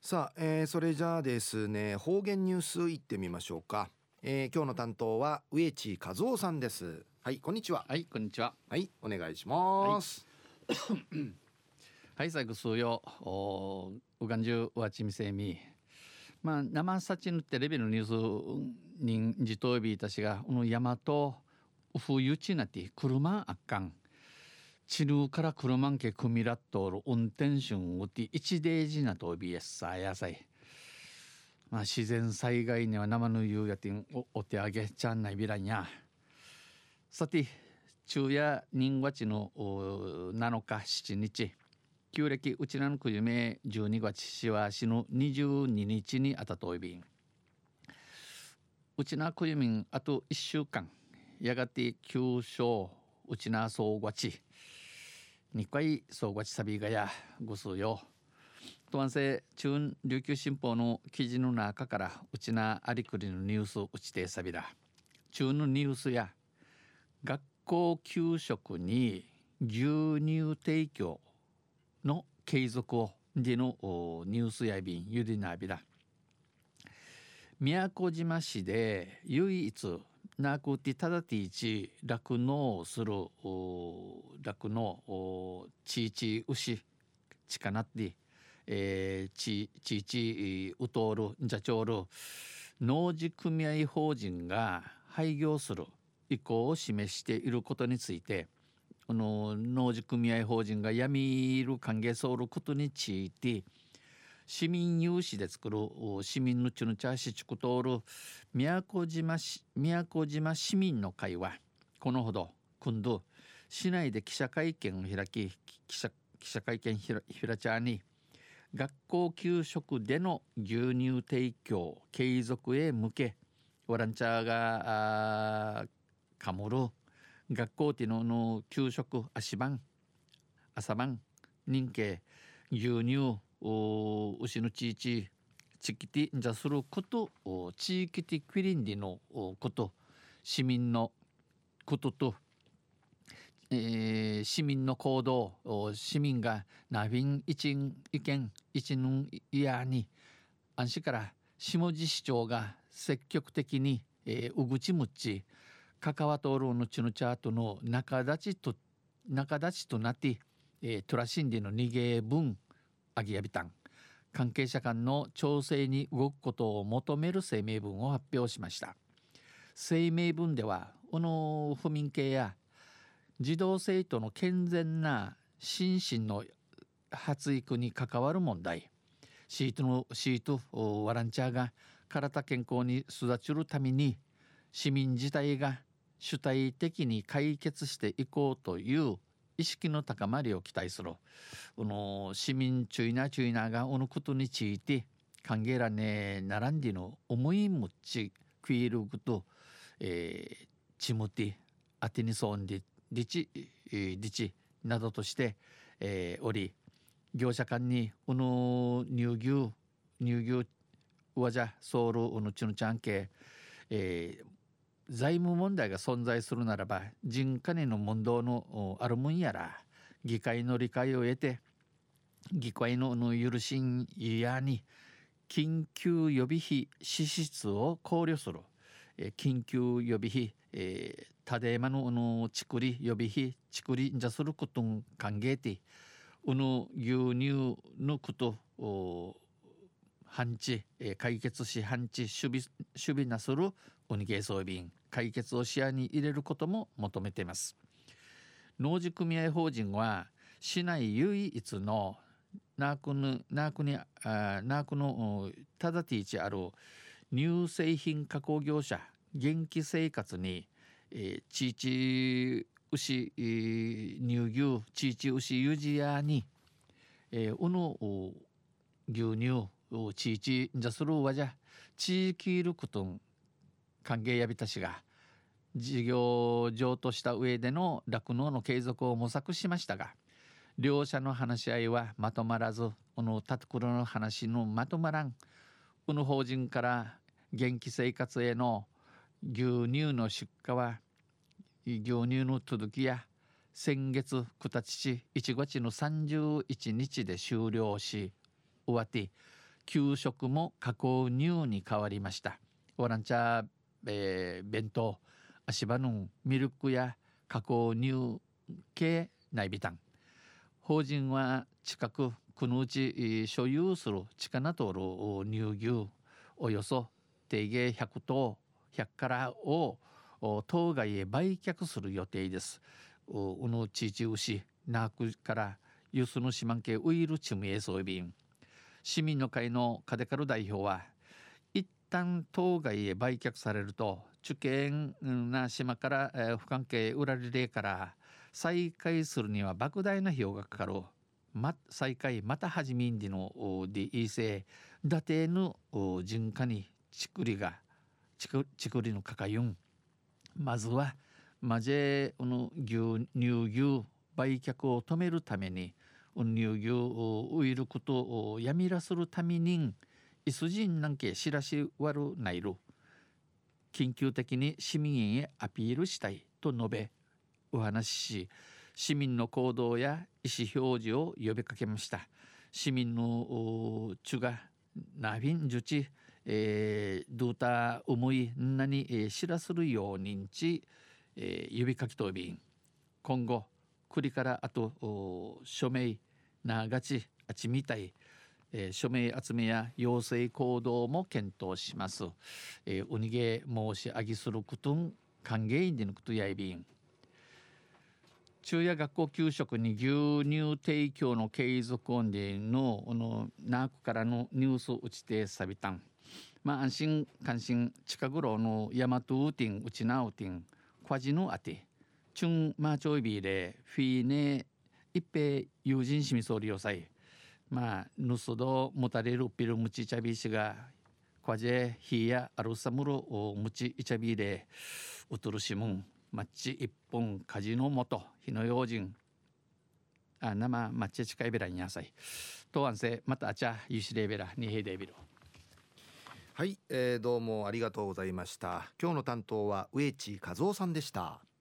さあ、それじゃあですね、方言ニュースいってみましょうか。今日の担当は植地和夫さんです。はい、こんにちは。 はい、こんにちは。 はい、お願いしはい、 ます。 はい、最後数曜、うがんじゅうわちみせみ。まあ、生さちぬテレビのニュースにじとびいたしが、この山と、冬ちなて、車あっかん。地ぬから車んけ組みらっとおる運転手うて、一デージなとびえっさやさい。まあ、自然災害には生の夕やてんお手上げちゃんないびらんや。さて、昼夜人月の7日7日旧暦うちなのくじめ12月しわしの22日にあたといびんうちなくじみんあと1週間やがて旧正うちな総合ち2回総合ちさびがやご数よとわんせ中琉球新報の記事の中からうちなありくりのニュースうちてさびら中のニュースや学校給食に牛乳提供の継続をでのニュースやびんゆでなびら宮古島市で唯一なくてただていち酪農する酪農ちいち牛ちかなって、ちいちうとおるじゃちょうる農事組合法人が廃業する意向を示していることについて農事組合法人が辞める歓迎することについて市民有志で作る市民のちぬちゃしちくとおる宮古島市民の会はこのほど今度市内で記者会見を開き記者会見ひらちゃに学校給食での牛乳提供継続へ向けワランチャーがかもる学校ての給食足番朝晩人気牛乳牛のちいち地域的じゃすること地域的クリンディのこと市民のことと、市民の行動市民がナビン一意見一ぬいやに安心から下地市長が積極的に、うぐちむっち関わとおるのちのチャートの仲立ちとなって、トラシンディの逃げ分あぎやびたん関係者間の調整に動くことを求める声明文を発表しました。声明文ではこの不眠系や児童生徒の健全な心身の発育に関わる問題シートワランチャーが体健康に育ちるために市民自体が主体的に解決していこうという意識の高まりを期待する市民チュイナがこのことについて歓迎らね並んでの思いもちクイルグと、チムティアティニソンディリチなどとして、おり業者間に乳牛わじゃソウルチュヌチャン系、財務問題が存在するならば人金の問答のあるもんやら議会の理解を得て議会の許しんやに緊急予備費支出を考慮する、緊急予備費、たでまのちくり予備費ちくりじゃすることん歓迎て牛乳のこと半地、解決し半地守備なするおにげ装備解決を視野に入れることも求めています。農事組合法人は市内唯一のナークのただティーチある乳製品加工業者元気生活に、ちいち牛乳牛ちいち牛ゆじやに、牛乳ちいちじゃするわじゃ地域いることん歓迎やびたしが事業上とした上での酪農の継続を模索しましたが両者の話し合いはまとまらずこのタトクロの話のまとまらんこの法人から元気生活への牛乳の出荷は牛乳の届きや先月9日1月の31日で終了し終わって給食も加工乳に変わりました。オランチャー、弁当足場のミルクや加工乳系内ビタン法人は近くこのうち所有する地下なとる乳牛およそ定芸100頭100からを当該へ売却する予定です。うぬちち牛なくからユスの島系ウイルチムエソイビン市民の会のカデカル代表は一旦当該へ売却されると主権な島から、不関係裏リレーから再開するには莫大な費用がかかる。再開また始めんでのでいいせ伊達の人家にちくりのかかゆんまずはマジェの乳牛売却を止めるために乳牛ウイルことをやみらするためにイスジンなんけしらしわるないる緊急的に市民へアピールしたいと述べお話しし市民の行動や意思表示を呼びかけました。市民のチュがナビンジュチドゥータ思いなに知らするようにち呼びかけとびん今後栗からあと署名ながちあちみたい署名集めや要請行動も検討します。うにげ申し上げすることん歓迎でぬくとやいびん中夜学校給食に牛乳提供の継続音でのナークからのニュース打ちてさびたん安心関心近頃のヤマトウティンウチナウティンクワジのあてチュンマーチョイビーでフィーネ一平友人しみそうりよさいヌスド持たれるピルムチチャビシがクワジェヒやアルサムロムチイチャビーでウトルシムンマッチ一本火事のもと火の用心生マッチ近いべらにやさいとわんせまたあちゃゆしれべらにへでびるはい、どうもありがとうございました。今日の担当は植地和夫さんでした。